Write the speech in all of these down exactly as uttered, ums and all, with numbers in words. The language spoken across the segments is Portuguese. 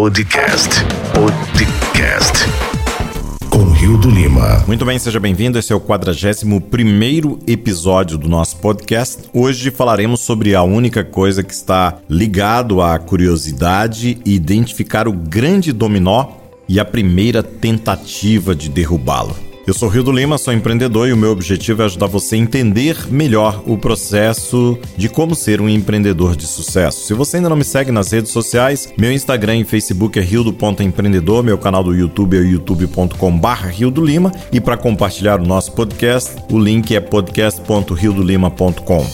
Podcast. Podcast. Com Hildo Lima. Muito bem, seja bem-vindo. Esse é o quadragésimo primeiro episódio do nosso podcast. Hoje falaremos sobre a única coisa que está ligado à curiosidade e identificar o grande dominó e a primeira tentativa de derrubá-lo. Eu sou Hildo Lima, sou empreendedor e o meu objetivo é ajudar você a entender melhor o processo de como ser um empreendedor de sucesso. Se você ainda não me segue nas redes sociais, meu Instagram e Facebook é hildo ponto empreendedor, meu canal do YouTube é youtube ponto com barra hildo lima e para compartilhar o nosso podcast, o link é podcast ponto hildo lima ponto com.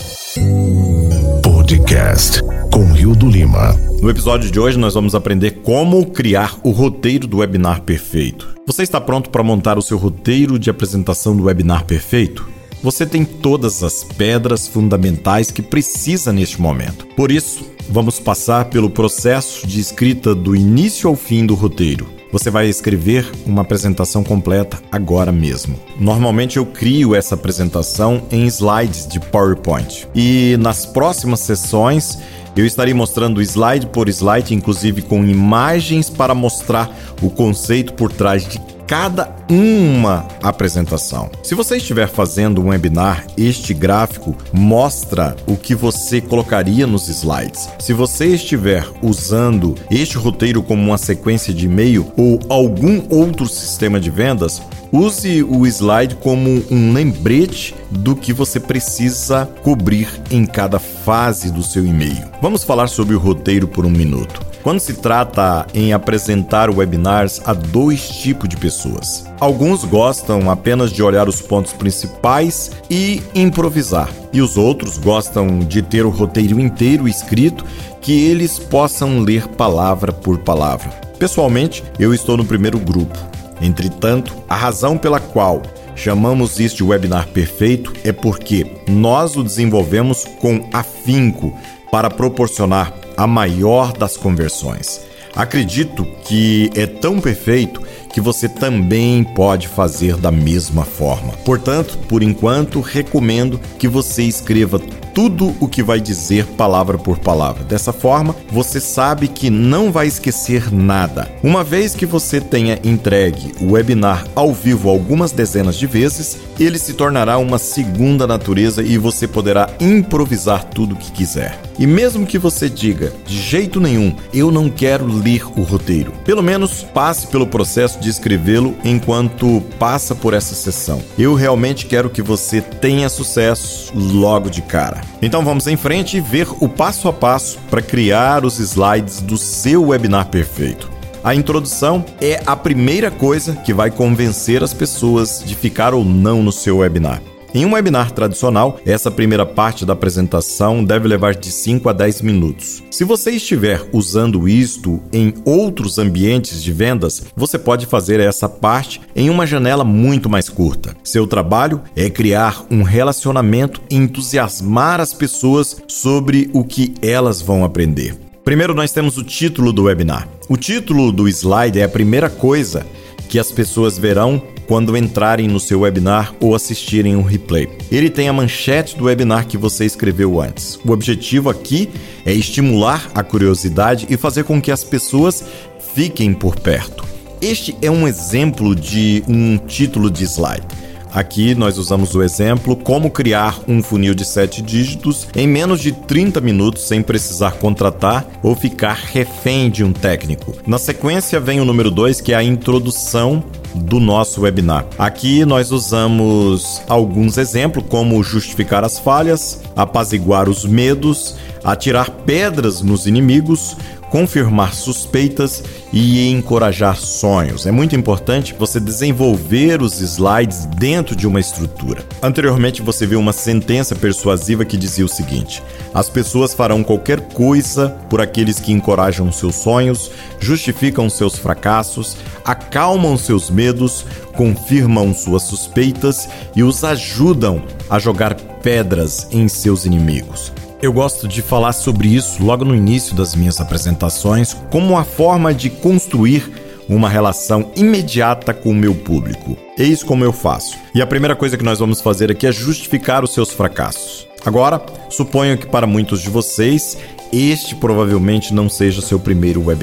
Podcast com Hildo Lima. No episódio de hoje nós vamos aprender como criar o roteiro do webinar perfeito. Você está pronto para montar o seu roteiro de apresentação do webinar perfeito? Você tem todas as pedras fundamentais que precisa neste momento. Por isso, vamos passar pelo processo de escrita do início ao fim do roteiro. Você vai escrever uma apresentação completa agora mesmo. Normalmente eu crio essa apresentação em slides de PowerPoint. E nas próximas sessões eu estarei mostrando slide por slide, inclusive com imagens para mostrar o conceito por trás de cada uma apresentação. Se você estiver fazendo um webinar, este gráfico mostra o que você colocaria nos slides. Se você estiver usando este roteiro como uma sequência de e-mail ou algum outro sistema de vendas, use o slide como um lembrete do que você precisa cobrir em cada fase do seu e-mail. Vamos falar sobre o roteiro por um minuto. Quando se trata em apresentar webinars a dois tipos de pessoas. Alguns gostam apenas de olhar os pontos principais e improvisar. E os outros gostam de ter o roteiro inteiro escrito que eles possam ler palavra por palavra. Pessoalmente, eu estou no primeiro grupo. Entretanto, a razão pela qual chamamos este webinar perfeito é porque nós o desenvolvemos com afinco para proporcionar a maior das conversões. Acredito que é tão perfeito que você também pode fazer da mesma forma. Portanto, por enquanto, recomendo que você escreva tudo o que vai dizer palavra por palavra. Dessa forma, você sabe que não vai esquecer nada. Uma vez que você tenha entregue o webinar ao vivo algumas dezenas de vezes, ele se tornará uma segunda natureza e você poderá improvisar tudo o que quiser. E mesmo que você diga, de jeito nenhum, eu não quero ler o roteiro, pelo menos passe pelo processo de escrevê-lo enquanto passa por essa sessão. Eu realmente quero que você tenha sucesso logo de cara. Então vamos em frente e ver o passo a passo para criar os slides do seu webinar perfeito. A introdução é a primeira coisa que vai convencer as pessoas de ficar ou não no seu webinar. Em um webinar tradicional, essa primeira parte da apresentação deve levar de cinco a dez minutos. Se você estiver usando isto em outros ambientes de vendas, você pode fazer essa parte em uma janela muito mais curta. Seu trabalho é criar um relacionamento e entusiasmar as pessoas sobre o que elas vão aprender. Primeiro, nós temos o título do webinar. O título do slide é a primeira coisa que as pessoas verão quando entrarem no seu webinar ou assistirem um replay. Ele tem a manchete do webinar que você escreveu antes. O objetivo aqui é estimular a curiosidade e fazer com que as pessoas fiquem por perto. Este é um exemplo de um título de slide. Aqui nós usamos o exemplo como criar um funil de sete dígitos em menos de trinta minutos sem precisar contratar ou ficar refém de um técnico. Na sequência vem o número dois, que é a introdução do nosso webinar. Aqui nós usamos alguns exemplos como justificar as falhas, apaziguar os medos, atirar pedras nos inimigos, confirmar suspeitas e encorajar sonhos. É muito importante você desenvolver os slides dentro de uma estrutura. Anteriormente você viu uma sentença persuasiva que dizia o seguinte: as pessoas farão qualquer coisa por aqueles que encorajam seus sonhos, justificam seus fracassos, acalmam seus medos, confirmam suas suspeitas e os ajudam a jogar pedras em seus inimigos. Eu gosto de falar sobre isso logo no início das minhas apresentações como uma forma de construir uma relação imediata com o meu público. Eis como eu faço. E a primeira coisa que nós vamos fazer aqui é justificar os seus fracassos. Agora, suponho que para muitos de vocês, este provavelmente não seja seu primeiro webinar.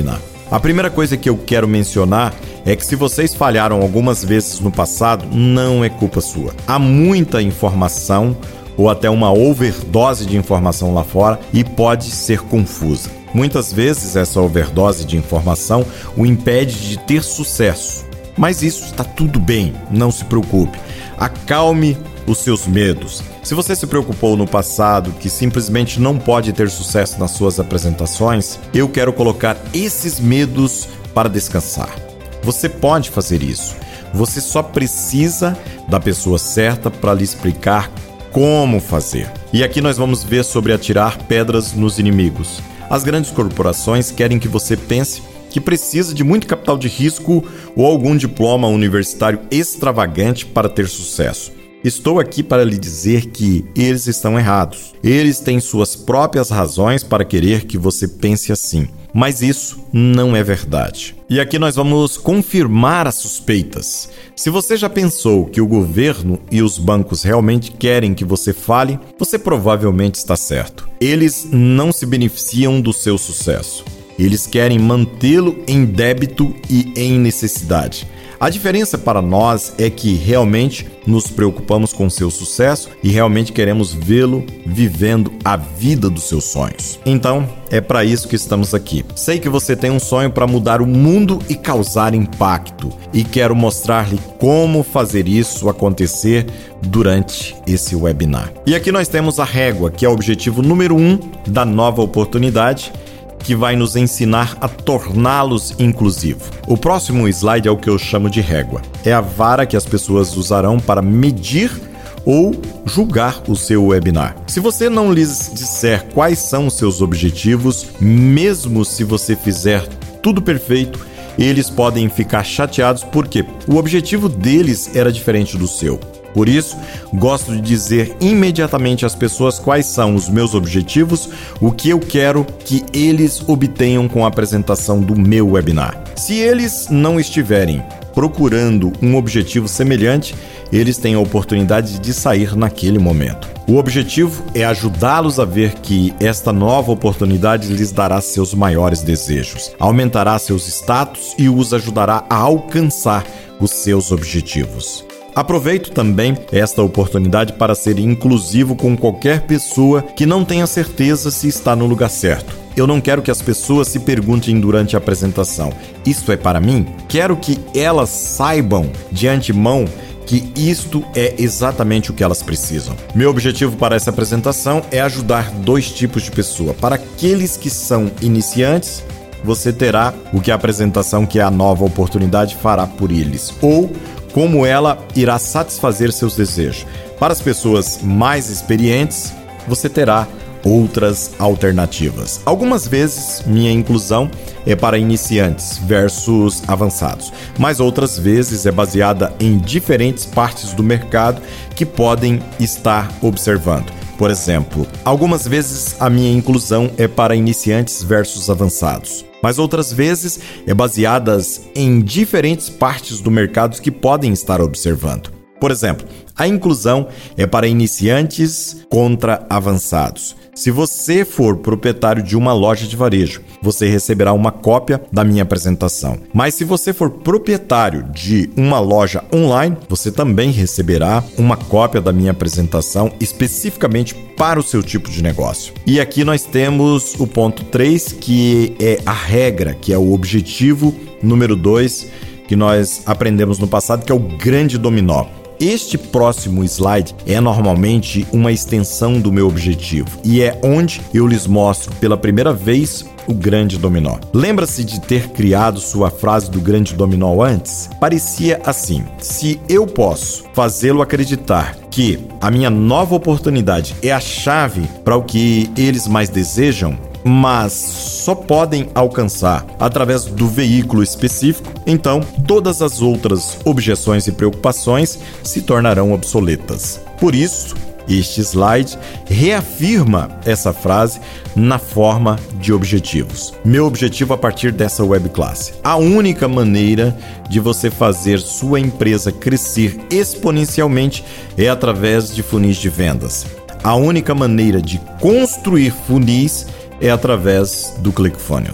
A primeira coisa que eu quero mencionar é que se vocês falharam algumas vezes no passado, não é culpa sua. Há muita informação ou até uma overdose de informação lá fora e pode ser confusa. Muitas vezes essa overdose de informação o impede de ter sucesso. Mas isso está tudo bem, não se preocupe. Acalme os seus medos. Se você se preocupou no passado que simplesmente não pode ter sucesso nas suas apresentações, eu quero colocar esses medos para descansar. Você pode fazer isso. Você só precisa da pessoa certa para lhe explicar como fazer. E aqui nós vamos ver sobre atirar pedras nos inimigos. As grandes corporações querem que você pense que precisa de muito capital de risco ou algum diploma universitário extravagante para ter sucesso. Estou aqui para lhe dizer que eles estão errados. Eles têm suas próprias razões para querer que você pense assim. Mas isso não é verdade. E aqui nós vamos confirmar as suspeitas. Se você já pensou que o governo e os bancos realmente querem que você fale, você provavelmente está certo. Eles não se beneficiam do seu sucesso. Eles querem mantê-lo em débito e em necessidade. A diferença para nós é que realmente nos preocupamos com seu sucesso e realmente queremos vê-lo vivendo a vida dos seus sonhos. Então, é para isso que estamos aqui. Sei que você tem um sonho para mudar o mundo e causar impacto, e quero mostrar-lhe como fazer isso acontecer durante esse webinar. E aqui nós temos a régua, que é o objetivo número um da nova oportunidade, que vai nos ensinar a torná-los inclusivo. O próximo slide é o que eu chamo de régua. É a vara que as pessoas usarão para medir ou julgar o seu webinar. Se você não lhes disser quais são os seus objetivos, mesmo se você fizer tudo perfeito, eles podem ficar chateados porque o objetivo deles era diferente do seu. Por isso, gosto de dizer imediatamente às pessoas quais são os meus objetivos, o que eu quero que eles obtenham com a apresentação do meu webinar. Se eles não estiverem procurando um objetivo semelhante, eles têm a oportunidade de sair naquele momento. O objetivo é ajudá-los a ver que esta nova oportunidade lhes dará seus maiores desejos, aumentará seus status e os ajudará a alcançar os seus objetivos. Aproveito também esta oportunidade para ser inclusivo com qualquer pessoa que não tenha certeza se está no lugar certo. Eu não quero que as pessoas se perguntem durante a apresentação: isto é para mim? Quero que elas saibam de antemão que isto é exatamente o que elas precisam. Meu objetivo para essa apresentação é ajudar dois tipos de pessoa. Para aqueles que são iniciantes, você terá o que a apresentação, que é a nova oportunidade, fará por eles, ou como ela irá satisfazer seus desejos. Para as pessoas mais experientes, você terá outras alternativas. Algumas vezes, minha inclusão é para iniciantes versus avançados, mas outras vezes é baseada em diferentes partes do mercado que podem estar observando. Por exemplo, algumas vezes a minha inclusão é para iniciantes versus avançados, mas outras vezes é baseada em diferentes partes do mercado que podem estar observando. Por exemplo, a inclusão é para iniciantes contra avançados. Se você for proprietário de uma loja de varejo, você receberá uma cópia da minha apresentação. Mas se você for proprietário de uma loja online, você também receberá uma cópia da minha apresentação especificamente para o seu tipo de negócio. E aqui nós temos o ponto três, que é a regra, que é o objetivo número dois, que nós aprendemos no passado, que é o grande dominó. Este próximo slide é normalmente uma extensão do meu objetivo e é onde eu lhes mostro pela primeira vez o grande dominó. Lembra-se de ter criado sua frase do grande dominó antes? Parecia assim: se eu posso fazê-lo acreditar que a minha nova oportunidade é a chave para o que eles mais desejam, mas só podem alcançar através do veículo específico, então todas as outras objeções e preocupações se tornarão obsoletas. Por isso, este slide reafirma essa frase na forma de objetivos. Meu objetivo a partir dessa webclasse: a única maneira de você fazer sua empresa crescer exponencialmente é através de funis de vendas. A única maneira de construir funis é através do ClickFunnels.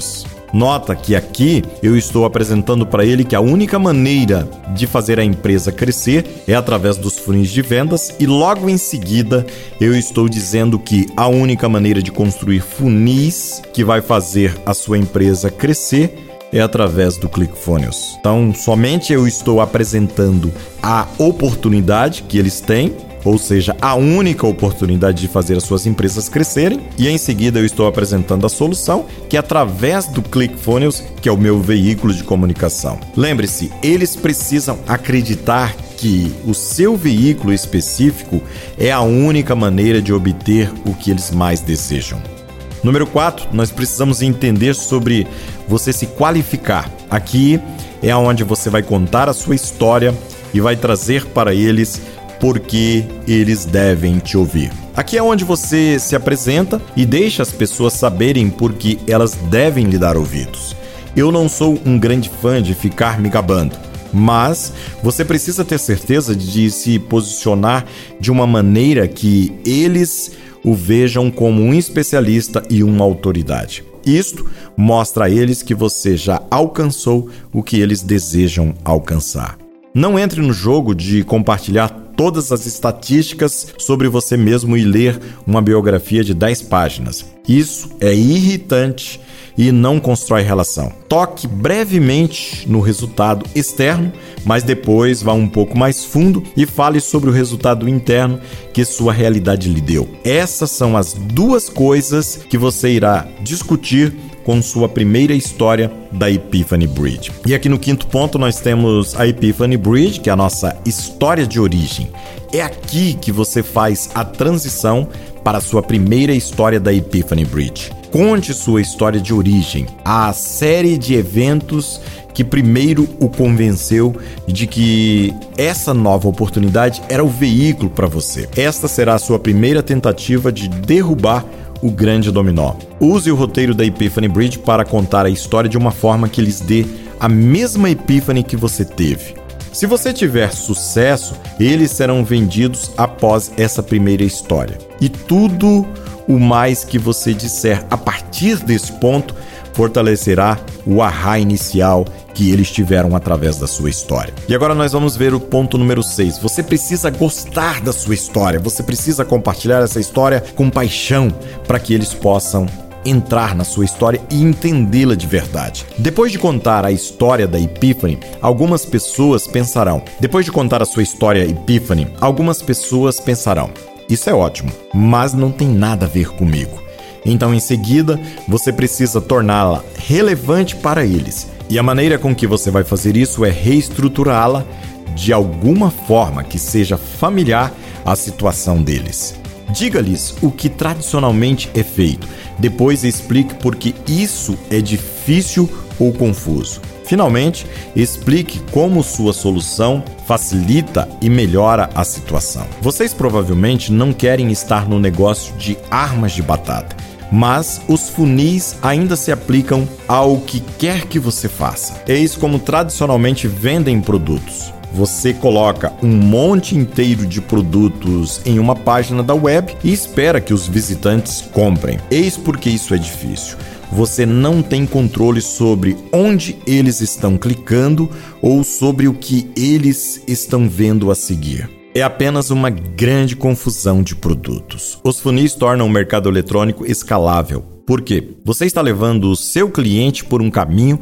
Nota que aqui eu estou apresentando para ele que a única maneira de fazer a empresa crescer é através dos funis de vendas, e logo em seguida eu estou dizendo que a única maneira de construir funis que vai fazer a sua empresa crescer é através do ClickFunnels. Então, somente eu estou apresentando a oportunidade que eles têm, ou seja, a única oportunidade de fazer as suas empresas crescerem, e em seguida eu estou apresentando a solução, que é através do ClickFunnels, que é o meu veículo de comunicação. Lembre-se, eles precisam acreditar que o seu veículo específico é a única maneira de obter o que eles mais desejam. Número quatro, nós precisamos entender sobre você se qualificar. Aqui é onde você vai contar a sua história e vai trazer para eles porque eles devem te ouvir. Aqui é onde você se apresenta e deixa as pessoas saberem porque elas devem lhe dar ouvidos. Eu não sou um grande fã de ficar me gabando, mas você precisa ter certeza de se posicionar de uma maneira que eles o vejam como um especialista e uma autoridade. Isto mostra a eles que você já alcançou o que eles desejam alcançar. Não entre no jogo de compartilhar todas as estatísticas sobre você mesmo e ler uma biografia de dez páginas. Isso é irritante e não constrói relação. Toque brevemente no resultado externo, mas depois vá um pouco mais fundo e fale sobre o resultado interno que sua realidade lhe deu. Essas são as duas coisas que você irá discutir com sua primeira história da Epiphany Bridge. E aqui no quinto ponto nós temos a Epiphany Bridge, que é a nossa história de origem. É aqui que você faz a transição para a sua primeira história da Epiphany Bridge. Conte sua história de origem, a série de eventos que primeiro o convenceu de que essa nova oportunidade era o veículo para você. Esta será a sua primeira tentativa de derrubar o grande dominó. Use o roteiro da Epiphany Bridge para contar a história de uma forma que lhes dê a mesma Epiphany que você teve. Se você tiver sucesso, eles serão vendidos após essa primeira história. E tudo o mais que você disser a partir desse ponto fortalecerá o ahá inicial que eles tiveram através da sua história. E agora nós vamos ver o ponto número seis. Você precisa gostar da sua história, você precisa compartilhar essa história com paixão para que eles possam entrar na sua história e entendê-la de verdade. Depois de contar a história da Epiphany, algumas pessoas pensarão. Depois de contar a sua história Epiphany, algumas pessoas pensarão: isso é ótimo, mas não tem nada a ver comigo. Então, em seguida, você precisa torná-la relevante para eles. E a maneira com que você vai fazer isso é reestruturá-la de alguma forma que seja familiar à situação deles. Diga-lhes o que tradicionalmente é feito. Depois explique por que isso é difícil ou confuso. Finalmente, explique como sua solução facilita e melhora a situação. Vocês provavelmente não querem estar no negócio de armas de batata, mas os funis ainda se aplicam ao que quer que você faça. Eis como tradicionalmente vendem produtos. Você coloca um monte inteiro de produtos em uma página da web e espera que os visitantes comprem. Eis porque isso é difícil. Você não tem controle sobre onde eles estão clicando ou sobre o que eles estão vendo a seguir. É apenas uma grande confusão de produtos. Os funis tornam o mercado eletrônico escalável. Por quê? Você está levando o seu cliente por um caminho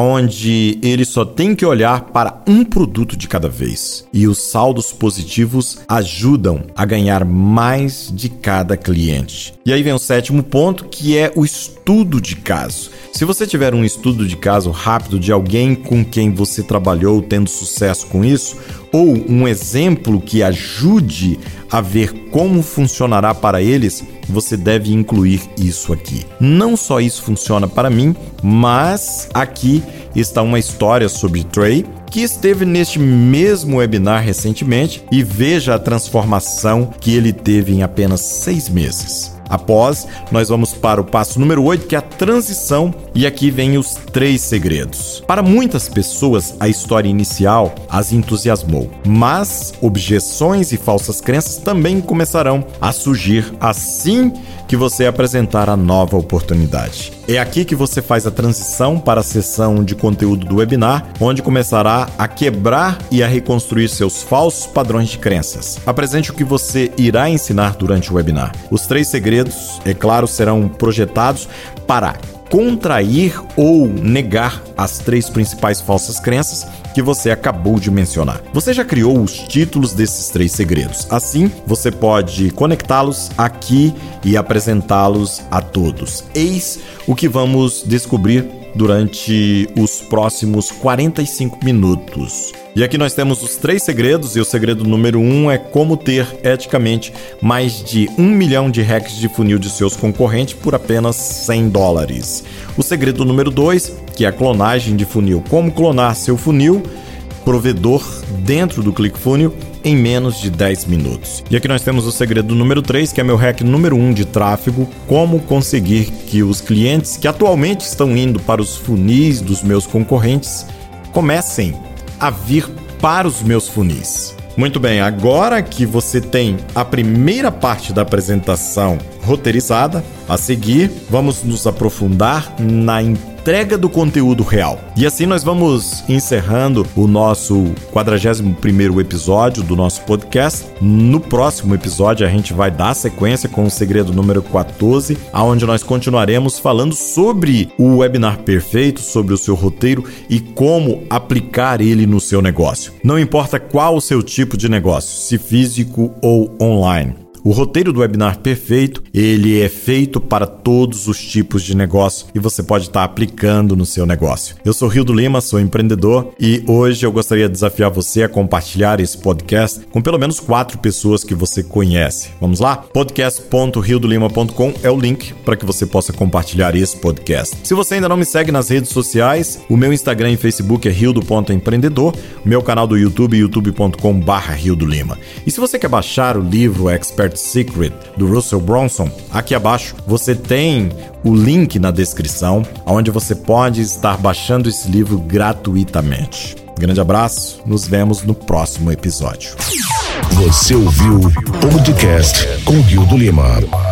onde ele só tem que olhar para um produto de cada vez. E os saldos positivos ajudam a ganhar mais de cada cliente. E aí vem o sétimo ponto, que é o estudo de caso. Se você tiver um estudo de caso rápido de alguém com quem você trabalhou tendo sucesso com isso, ou um exemplo que ajude a ver como funcionará para eles, você deve incluir isso aqui. Não só isso funciona para mim, mas aqui está uma história sobre Trey, que esteve neste mesmo webinar recentemente, e veja a transformação que ele teve em apenas seis meses. Após, nós vamos para o passo número oito, que é a transição, e aqui vem os três segredos. Para muitas pessoas, a história inicial as entusiasmou, mas objeções e falsas crenças também começarão a surgir assim que você apresentar a nova oportunidade. É aqui que você faz a transição para a seção de conteúdo do webinar, onde começará a quebrar e a reconstruir seus falsos padrões de crenças. Apresente o que você irá ensinar durante o webinar. Os três segredos, é claro, serão projetados para contrair ou negar as três principais falsas crenças que você acabou de mencionar. Você já criou os títulos desses três segredos. Assim, você pode conectá-los aqui e apresentá-los a todos. Eis o que vamos descobrir durante os próximos quarenta e cinco minutos. E aqui nós temos os três segredos, e o segredo número um é como ter, eticamente, mais de um milhão de hacks de funil de seus concorrentes por apenas cem dólares. O segredo número dois, que é a clonagem de funil. Como clonar seu funil provedor dentro do ClickFunnels em menos de dez minutos. E aqui nós temos o segredo número três, que é meu hack número um de tráfego, como conseguir que os clientes que atualmente estão indo para os funis dos meus concorrentes comecem a vir para os meus funis. Muito bem, agora que você tem a primeira parte da apresentação roteirizada, a seguir vamos nos aprofundar na entrega do conteúdo real. E assim nós vamos encerrando o nosso quadragésimo primeiro episódio do nosso podcast. No próximo episódio a gente vai dar sequência com o segredo número quatorze, onde nós continuaremos falando sobre o webinar perfeito, sobre o seu roteiro e como aplicar ele no seu negócio. Não importa qual o seu tipo de negócio, se físico ou online. O roteiro do webinar perfeito, ele é feito para todos os tipos de negócio e você pode estar aplicando no seu negócio. Eu sou Hildo Lima, sou empreendedor e hoje eu gostaria de desafiar você a compartilhar esse podcast com pelo menos quatro pessoas que você conhece. Vamos lá? podcast ponto hildo lima ponto com é o link para que você possa compartilhar esse podcast. Se você ainda não me segue nas redes sociais, o meu Instagram e Facebook é hildo ponto empreendedor, o meu canal do YouTube é youtube ponto com barra hildo lima. E se você quer baixar o livro Expert Secret do Russell Brunson, aqui abaixo você tem o link na descrição, onde você pode estar baixando esse livro gratuitamente. Grande abraço, nos vemos no próximo episódio. Você ouviu o podcast com Hildo Lima.